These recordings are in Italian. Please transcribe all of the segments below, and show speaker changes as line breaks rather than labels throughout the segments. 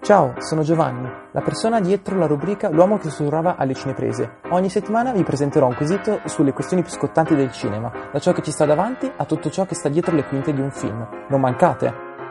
Ciao, sono Giovanni, la persona dietro la rubrica L'uomo che sussurrava alle cineprese. Ogni settimana vi presenterò un quesito sulle questioni più scottanti del cinema, da ciò che ci sta davanti a tutto ciò che sta dietro le quinte di un film. Non mancate!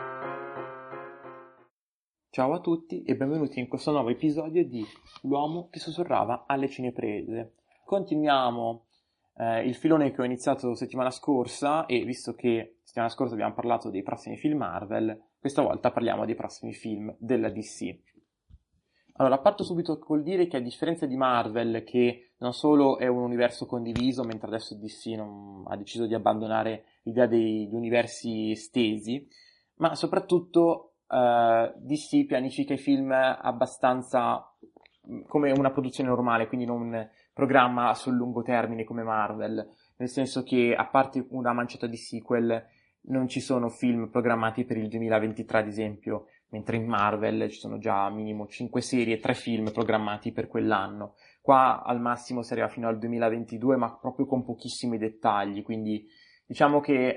Ciao a tutti e benvenuti in questo nuovo episodio di L'uomo che sussurrava alle cineprese. Continuiamo il filone che ho iniziato settimana scorsa e visto che settimana scorsa abbiamo parlato dei prossimi film Marvel, questa volta parliamo dei prossimi film della DC. Allora, parto subito col dire che a differenza di Marvel, che non solo è un universo condiviso, mentre adesso DC ha deciso di abbandonare l'idea degli universi estesi, ma soprattutto DC pianifica i film abbastanza come una produzione normale, quindi non programma sul lungo termine come Marvel, nel senso che a parte una manciata di sequel non ci sono film programmati per il 2023 ad esempio, mentre in Marvel ci sono già minimo 5 serie e 3 film programmati per quell'anno. Qua al massimo si arriva fino al 2022, ma proprio con pochissimi dettagli, quindi diciamo che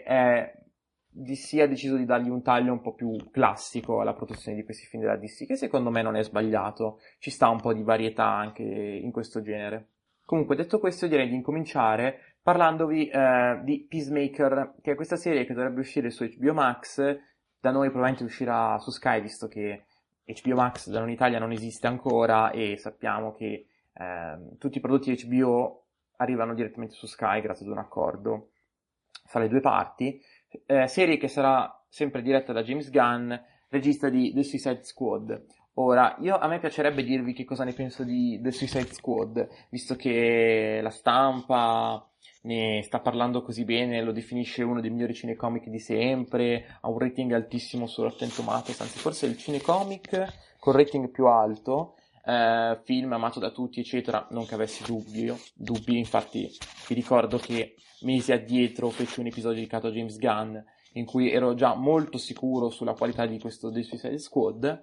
DC ha deciso di dargli un taglio un po' più classico alla produzione di questi film della DC, che secondo me non è sbagliato, ci sta un po' di varietà anche in questo genere. Comunque, detto questo, direi di incominciare parlandovi di Peacemaker, che è questa serie che dovrebbe uscire su HBO Max, da noi probabilmente uscirà su Sky, visto che HBO Max da noi in Italia non esiste ancora e sappiamo che tutti i prodotti HBO arrivano direttamente su Sky grazie ad un accordo fra le due parti. Serie che sarà sempre diretta da James Gunn, regista di The Suicide Squad. Ora, a me piacerebbe dirvi che cosa ne penso di The Suicide Squad, visto che la stampa ne sta parlando così bene, lo definisce uno dei migliori cinecomic di sempre, ha un rating altissimo su Rotten Tomatoes, anzi forse è il cinecomic con rating più alto, film amato da tutti eccetera, non che avessi dubbi, infatti vi ricordo che mesi addietro feci un episodio dedicato a James Gunn in cui ero già molto sicuro sulla qualità di questo The Suicide Squad,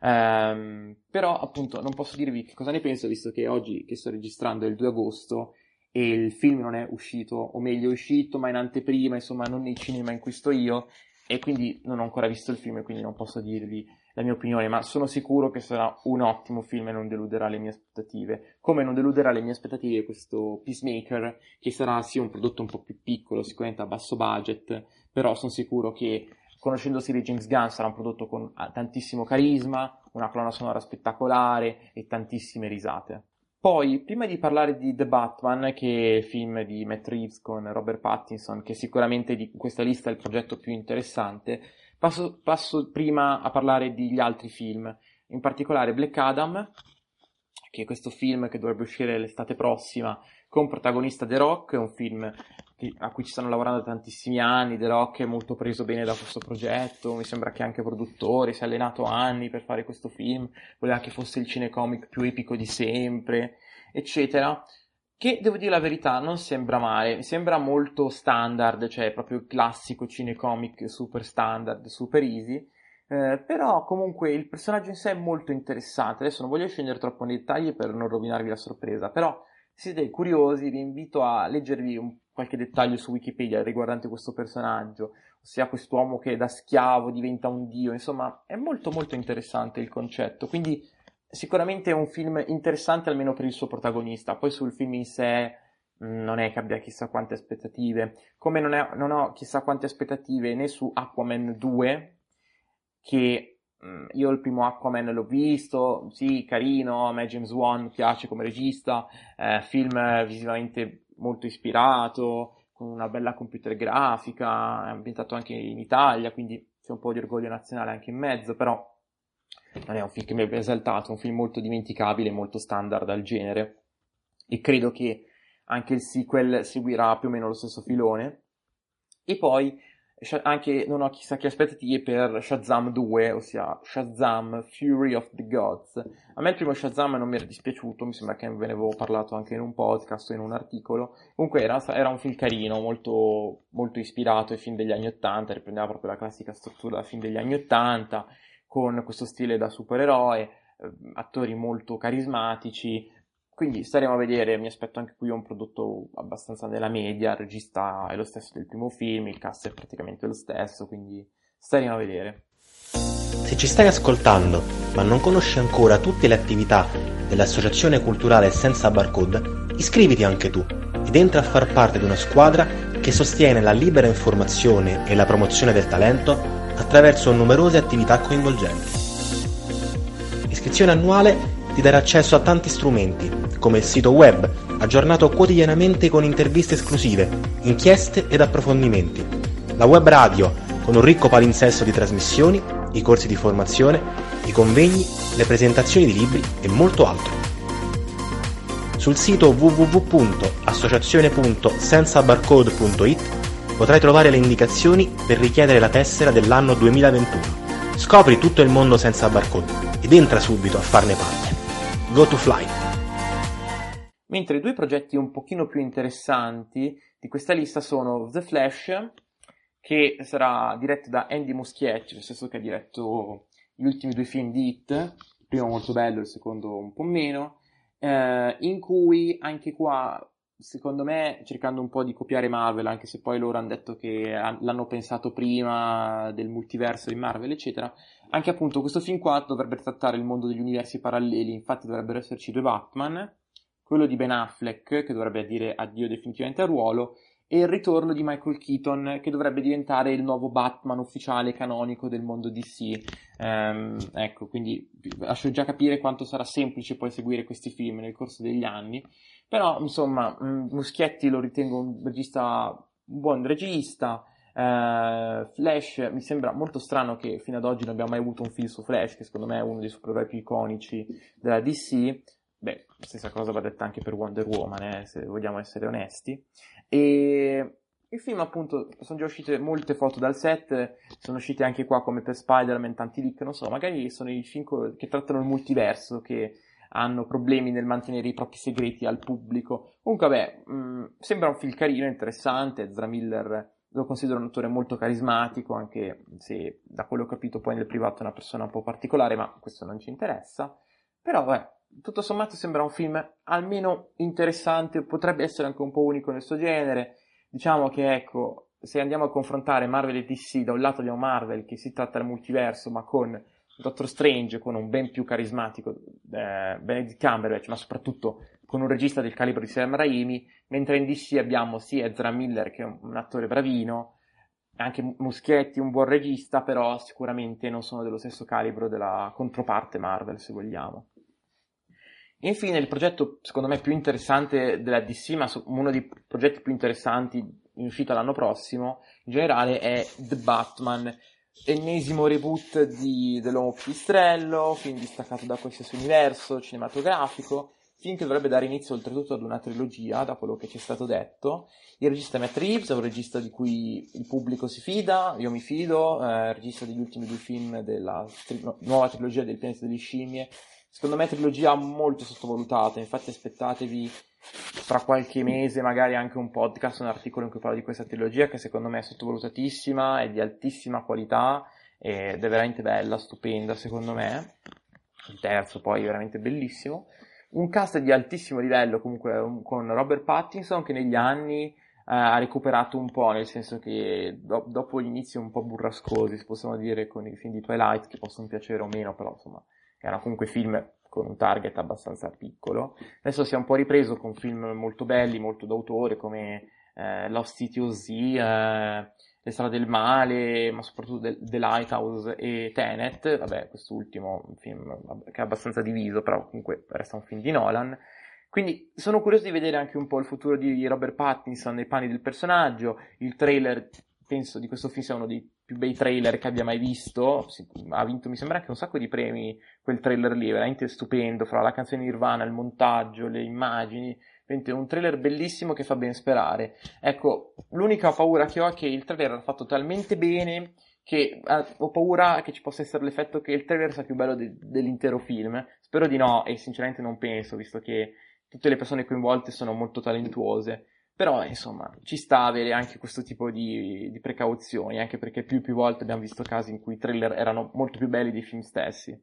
però appunto non posso dirvi che cosa ne penso, visto che oggi che sto registrando è il 2 agosto e il film non è uscito, o meglio è uscito ma in anteprima, insomma non nei cinema in cui sto io, e quindi non ho ancora visto il film e quindi non posso dirvi la mia opinione, ma sono sicuro che sarà un ottimo film e non deluderà le mie aspettative, come non deluderà le mie aspettative questo Peacemaker, che sarà sì un prodotto un po' più piccolo, sicuramente a basso budget, però sono sicuro che conoscendosi di James Gunn sarà un prodotto con tantissimo carisma, una colonna sonora spettacolare e tantissime risate. Poi, prima di parlare di The Batman, che è il film di Matt Reeves con Robert Pattinson, che sicuramente di questa lista è il progetto più interessante, passo prima a parlare degli altri film, in particolare Black Adam, che è questo film che dovrebbe uscire l'estate prossima, con protagonista The Rock, è un film a cui ci stanno lavorando da tantissimi anni. The Rock è molto preso bene da questo progetto, mi sembra che anche produttore, si è allenato anni per fare questo film, voleva che fosse il cinecomic più epico di sempre, eccetera. Che, devo dire la verità, non sembra male, mi sembra molto standard, cioè proprio il classico cinecomic super standard, super easy, però comunque il personaggio in sé è molto interessante. Adesso non voglio scendere troppo nei dettagli per non rovinarvi la sorpresa, però se siete curiosi vi invito a leggervi qualche dettaglio su Wikipedia riguardante questo personaggio, ossia quest'uomo che da schiavo diventa un dio, insomma è molto molto interessante il concetto, quindi sicuramente è un film interessante almeno per il suo protagonista. Poi sul film in sé non è che abbia chissà quante aspettative, come non ho chissà quante aspettative né su Aquaman 2, che io il primo Aquaman l'ho visto, sì, carino, a me James Wan piace come regista, film visivamente molto ispirato, con una bella computer grafica, è ambientato anche in Italia, quindi c'è un po' di orgoglio nazionale anche in mezzo, però non è un film che mi abbia esaltato, è un film molto dimenticabile, molto standard al genere, e credo che anche il sequel seguirà più o meno lo stesso filone. E poi anche non ho chissà che aspettative per Shazam 2, ossia Shazam Fury of the Gods. A me il primo Shazam non mi era dispiaciuto, mi sembra che ve ne avevo parlato anche in un podcast o in un articolo. Comunque era un film carino, molto, molto ispirato ai film degli anni 80, riprendeva proprio la classica struttura da film degli anni 80, con questo stile da supereroe, attori molto carismatici. Quindi staremo a vedere, mi aspetto anche qui un prodotto abbastanza nella media, il regista è lo stesso del primo film, il cast è praticamente lo stesso, quindi staremo a vedere.
Se ci stai ascoltando, ma non conosci ancora tutte le attività dell'Associazione Culturale Senza Barcode, iscriviti anche tu ed entra a far parte di una squadra che sostiene la libera informazione e la promozione del talento attraverso numerose attività coinvolgenti. L'iscrizione annuale ti darà accesso a tanti strumenti, come il sito web, aggiornato quotidianamente con interviste esclusive, inchieste ed approfondimenti, la web radio con un ricco palinsesto di trasmissioni, i corsi di formazione, i convegni, le presentazioni di libri e molto altro. Sul sito www.associazione.senzabarcode.it potrai trovare le indicazioni per richiedere la tessera dell'anno 2021. Scopri tutto il mondo senza barcode ed entra subito a farne parte. Go to fly!
Mentre i due progetti un pochino più interessanti di questa lista sono The Flash, che sarà diretto da Andy Muschietti, lo stesso che ha diretto gli ultimi due film di Hit, il primo molto bello, il secondo un po' meno, in cui anche qua, secondo me, cercando un po' di copiare Marvel, anche se poi loro hanno detto che l'hanno pensato prima del multiverso di Marvel, eccetera, anche appunto questo film qua dovrebbe trattare il mondo degli universi paralleli, infatti dovrebbero esserci due Batman, quello di Ben Affleck, che dovrebbe dire addio definitivamente al ruolo, e il ritorno di Michael Keaton, che dovrebbe diventare il nuovo Batman ufficiale canonico del mondo DC. Ecco, quindi lascio già capire quanto sarà semplice poi seguire questi film nel corso degli anni, però insomma Muschietti lo ritengo un buon regista. Flash, mi sembra molto strano che fino ad oggi non abbiamo mai avuto un film su Flash, che secondo me è uno dei supereroi più iconici della DC. Beh, stessa cosa va detta anche per Wonder Woman, se vogliamo essere onesti. E il film, appunto, sono già uscite molte foto dal set, sono uscite anche qua come per Spider-Man, tanti leak, non so, magari sono i film che trattano il multiverso, che hanno problemi nel mantenere i propri segreti al pubblico. Comunque, vabbè, sembra un film carino, interessante. Ezra Miller lo considero un attore molto carismatico, anche se da quello che ho capito poi nel privato è una persona un po' particolare, ma questo non ci interessa. Però, tutto sommato sembra un film almeno interessante, potrebbe essere anche un po' unico nel suo genere. Diciamo che, ecco, se andiamo a confrontare Marvel e DC, da un lato abbiamo Marvel che si tratta del multiverso, ma con Doctor Strange, con un ben più carismatico Benedict Cumberbatch, ma soprattutto con un regista del calibro di Sam Raimi, mentre in DC abbiamo sì Ezra Miller, che è un attore bravino, anche Muschietti, un buon regista, però sicuramente non sono dello stesso calibro della controparte Marvel, se vogliamo. Infine, il progetto, secondo me, più interessante della DC, ma uno dei progetti più interessanti in uscita l'anno prossimo, in generale, è The Batman, ennesimo reboot dell'Uomo Pipistrello, film distaccato da qualsiasi universo cinematografico, film che dovrebbe dare inizio oltretutto ad una trilogia, da quello che ci è stato detto. Il regista è Matt Reeves, è un regista di cui il pubblico si fida, io mi fido, regista degli ultimi due film della nuova trilogia del Pianeta delle Scimmie. Secondo me trilogia molto sottovalutata, infatti aspettatevi fra qualche mese magari anche un podcast, un articolo in cui parlo di questa trilogia che secondo me è sottovalutatissima, è di altissima qualità ed è veramente bella, stupenda secondo me. Il terzo poi è veramente bellissimo. Un cast di altissimo livello comunque con Robert Pattinson che negli anni ha recuperato un po', nel senso che dopo gli inizi un po' burrascosi, se possiamo dire, con i film di Twilight, che possono piacere o meno, però insomma erano comunque film con un target abbastanza piccolo. Adesso si è un po' ripreso con film molto belli, molto d'autore, come Lost City of Z, Le strade del male, ma soprattutto The Lighthouse e Tenet. Vabbè, quest'ultimo un film che è abbastanza diviso, però comunque resta un film di Nolan. Quindi sono curioso di vedere anche un po' il futuro di Robert Pattinson nei panni del personaggio. Il trailer, penso, di questo film sia uno dei più bei trailer che abbia mai visto. Ha vinto, mi sembra, anche un sacco di premi quel trailer lì, veramente stupendo, fra la canzone Nirvana, il montaggio, le immagini. Veramente un trailer bellissimo che fa ben sperare. Ecco, l'unica paura che ho è che il trailer era fatto talmente bene che ho paura che ci possa essere l'effetto che il trailer sia più bello dell'intero film. Spero di no, e sinceramente non penso, visto che tutte le persone coinvolte sono molto talentuose. Però, insomma, ci sta avere anche questo tipo di precauzioni, anche perché più volte abbiamo visto casi in cui i trailer erano molto più belli dei film stessi.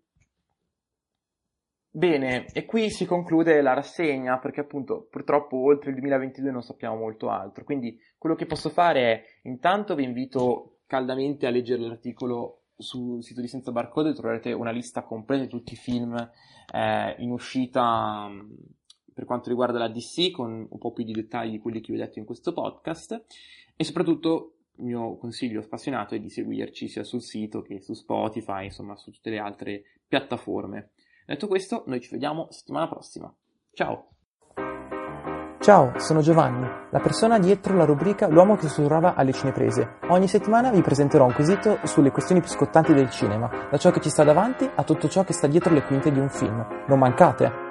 Bene, e qui si conclude la rassegna, perché appunto purtroppo oltre il 2022 non sappiamo molto altro, quindi quello che posso fare è, intanto vi invito caldamente a leggere l'articolo sul sito di Senza Barcode troverete una lista completa di tutti i film in uscita per quanto riguarda la DC, con un po' più di dettagli di quelli che vi ho detto in questo podcast, e soprattutto il mio consiglio spassionato è di seguirci sia sul sito che su Spotify, insomma su tutte le altre piattaforme. Detto questo, noi ci vediamo settimana prossima. Ciao!
Ciao, sono Giovanni, la persona dietro la rubrica L'uomo che sussurrava alle cineprese. Ogni settimana vi presenterò un quesito sulle questioni più scottanti del cinema, da ciò che ci sta davanti a tutto ciò che sta dietro le quinte di un film. Non mancate!